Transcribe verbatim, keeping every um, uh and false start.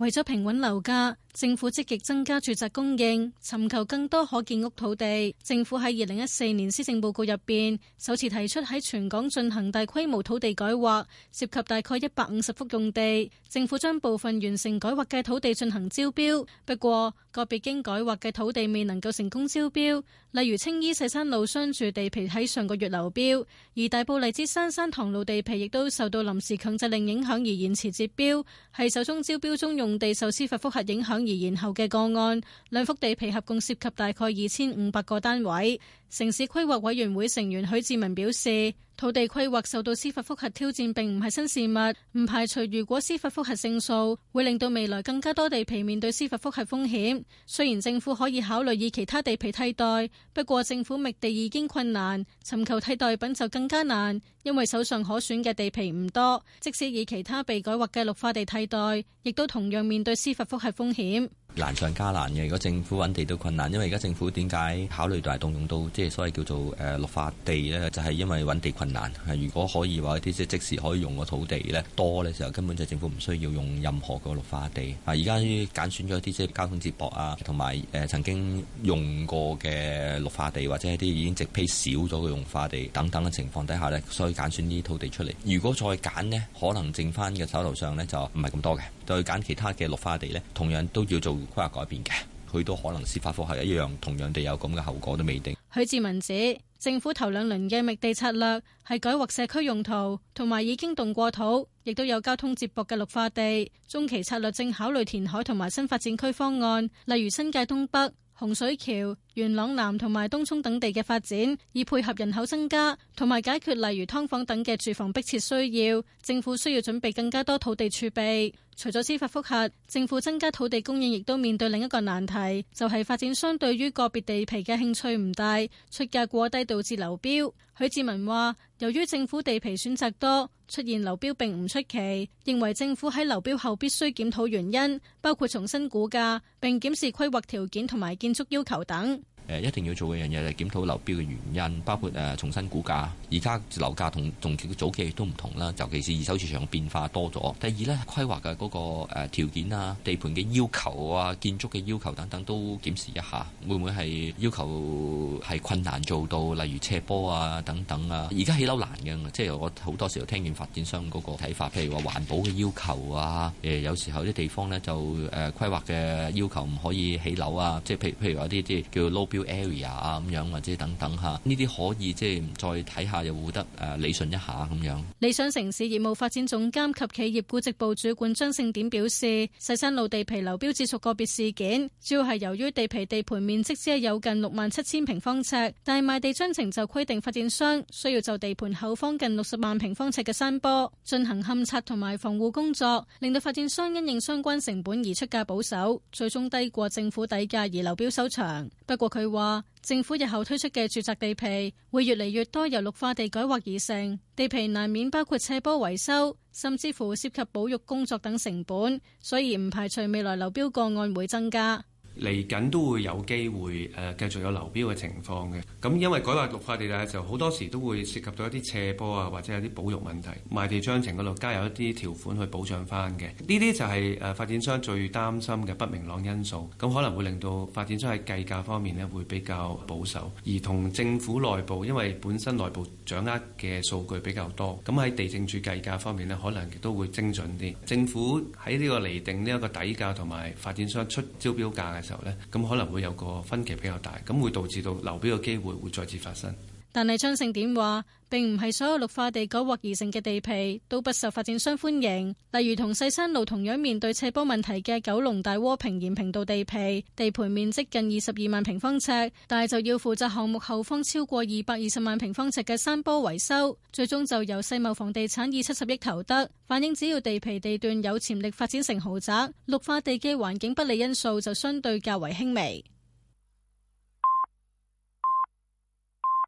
為咗平穩樓價，政府積極增加住宅供應，尋求更多可建屋土地。政府喺二零一四年施政報告入邊，首次提出喺全港進行大規模土地改劃，涉及大概一百五十幅用地。政府將部分完成改劃嘅土地進行招標，不過個別經改劃嘅土地未能夠成功招標，例如青衣細山路商住地皮喺上個月流標，而大埔荔枝山山塘路地皮亦都受到臨時強制令影響而延遲截標，係首宗招標中用地受司法覆核影響而延後嘅個案。兩幅地皮合共涉及大概二千五百個單位。城市規劃委員會成員許志文表示，土地規劃受到司法覆核挑戰並唔係新事物，唔排除如果司法覆核勝訴，會令到未來更加多地皮面對司法覆核風險。雖然政府可以考慮以其他地皮替代，不過政府覓地已經困難，尋求替代品就更加難，因為手上可選嘅地皮唔多，即使以其他被改劃嘅綠化地替代，亦都同樣面對司法覆核風險。 難上加難嘅，如果政府揾地都困難，因為而家政府點解考慮到係動用到即係所謂叫做誒、呃、綠化地呢？就係、是、因為揾地困難。係如果可以話一啲即係即時可以用嘅土地呢多嘅時候，根本就政府唔需要用任何個綠化地。啊，而家揀選咗一啲即係交通接駁啊，同埋誒曾經用過嘅綠化地，或者一啲已經植被少咗嘅綠化地等等嘅情況底下呢，所以揀選呢啲土地出嚟。如果再揀呢，可能剩翻嘅手頭上呢就唔係咁多嘅。再揀其他嘅綠化地呢，同樣都要做規劃改變嘅，佢都可能司法覆核一樣，同樣地有咁嘅後果都未定。 許志文指，政府頭兩輪嘅覓地策略係改劃社區用途，同埋已經動過土，亦都有交通接駁嘅綠化地。中期策略正考慮填海同埋新發展區方案，例如新界東北、洪水橋、元朗南同埋東涌等地嘅發展，以配合人口增加同埋解決例如劏房等嘅住房迫切需要。政府需要準備更加多土地儲備。除咗司法覆核，政府增加土地供應亦都面對另一個難題，就係發展商對於個別地皮嘅興趣唔大，出價過低導致流標。許志文話，由於政府地皮選擇多，出現流標並唔出奇，認為政府喺流標後必須檢討原因，包括重新估價並檢視規劃條件同埋建築要求等。 誒一定要做嘅樣嘢係檢討流標嘅原因，包括誒重新估價。而家樓價同同早期都唔同啦，尤其是二手市場變化多咗。第二呢，規劃嘅嗰個誒條件啊、地盤嘅要求啊、建築嘅要求等等都檢視一下，會唔會係要求係困難做到，例如斜坡啊等等啊。而家起樓難嘅，即係我好多時候聽見發展商嗰個睇法，譬如話環保嘅要求啊，誒有時候啲地方呢就誒規劃嘅要求唔可以起樓啊，即係譬譬如話啲啲叫 low build area 啊咁樣，或者等等下呢啲可以即係再睇下又會得誒理順一下咁樣。 理想城市業務發展總監及企業估值部主管張勝典表示，細山路地皮流標只屬個別事件，主要係由於地皮地盤面積只係有近六萬七千平方尺，但係賣地章程就規定發展商需要就地盤後方近六十萬平方尺嘅山坡進行勘測同埋防護工作，令到發展商因應相關成本而出價保守，最終低過政府底價而流標收場。不過佢話，政府日後推出嘅住宅地皮會越嚟越多由綠化地改劃而成，地皮難免包括斜坡維修，甚至乎涉及保育工作等成本，所以唔排除未來流標個案會增加。 嚟緊都會有機會誒、呃、繼續有流標嘅情況嘅，咁因為改劃綠化地帶嘅時候，好多時都會涉及到一啲斜坡啊，或者有啲保育問題，賣地章程嗰度加有一啲條款去保障翻嘅。呢啲就係誒發展商最擔心嘅不明朗因素，咁可能會令到發展商喺計價方面呢會比較保守，而同政府內部因為本身內部掌握嘅數據比較多，咁喺地政處計價方面呢可能亦都會精準啲。政府喺呢個釐定呢一個底價同埋發展商出招標價嘅時候呢，咁可能會有個分歧比較大，咁會導致到流標嘅機會會再次發生。 但係張勝典話，並唔係所有綠化地改劃而成嘅地皮都不受發展商歡迎。例如同細山路同樣面對斜坡問題嘅九龍大窩坪延平道地皮，地盤面積近二十二萬平方尺，但係就要負責項目後方超過二百二十萬平方尺嘅山坡維修，最終就由世茂房地產以七十億投得，反映只要地皮地段有潛力發展成豪宅，綠化地嘅環境不利因素就相對較為輕微。